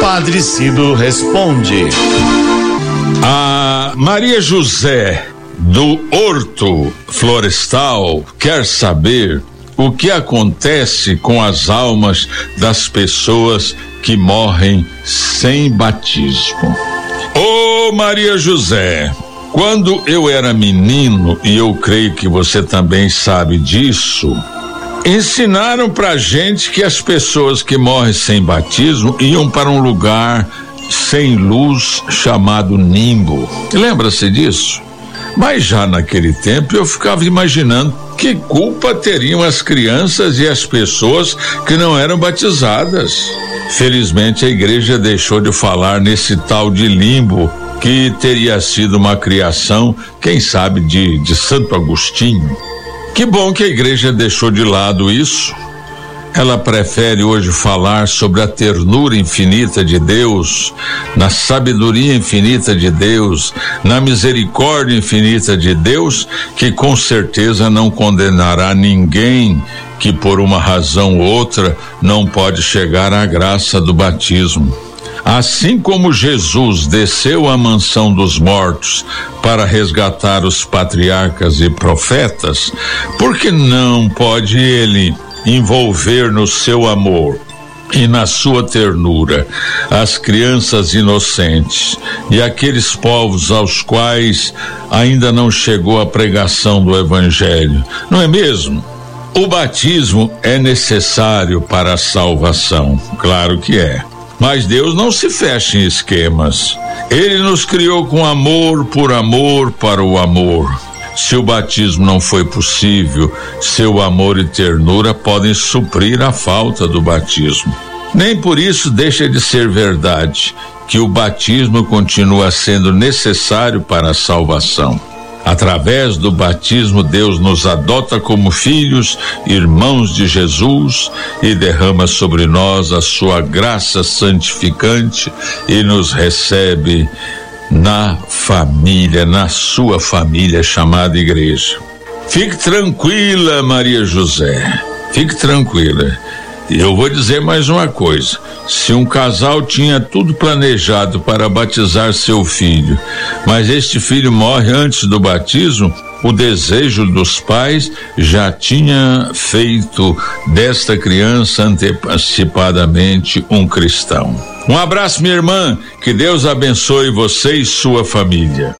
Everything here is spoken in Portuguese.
Padre Cido responde. A Maria José do Horto Florestal quer saber o que acontece com as almas das pessoas que morrem sem batismo. Ô Maria José, quando eu era menino, e eu creio que você também sabe disso, ensinaram pra gente que as pessoas que morrem sem batismo iam para um lugar sem luz chamado limbo. Lembra-se disso? Mas já naquele tempo eu ficava imaginando que culpa teriam as crianças e as pessoas que não eram batizadas. Felizmente a igreja deixou de falar nesse tal de limbo, que teria sido uma criação, quem sabe, de Santo Agostinho. Que bom que a igreja deixou de lado isso. Ela prefere hoje falar sobre a ternura infinita de Deus, na sabedoria infinita de Deus, na misericórdia infinita de Deus, que com certeza não condenará ninguém que por uma razão ou outra não pode chegar à graça do batismo. Assim como Jesus desceu à mansão dos mortos para resgatar os patriarcas e profetas, por que não pode ele envolver no seu amor e na sua ternura as crianças inocentes e aqueles povos aos quais ainda não chegou a pregação do Evangelho, não é mesmo? O batismo é necessário para a salvação, claro que é. Mas Deus não se fecha em esquemas. Ele nos criou com amor, por amor, para o amor. Se o batismo não foi possível, seu amor e ternura podem suprir a falta do batismo. Nem por isso deixa de ser verdade que o batismo continua sendo necessário para a salvação. Através do batismo, Deus nos adota como filhos, irmãos de Jesus, e derrama sobre nós a sua graça santificante e nos recebe na família, na sua família chamada igreja. Fique tranquila, Maria José, fique tranquila. E eu vou dizer mais uma coisa: se um casal tinha tudo planejado para batizar seu filho, mas este filho morre antes do batismo, o desejo dos pais já tinha feito desta criança antecipadamente um cristão. Um abraço, minha irmã, que Deus abençoe você e sua família.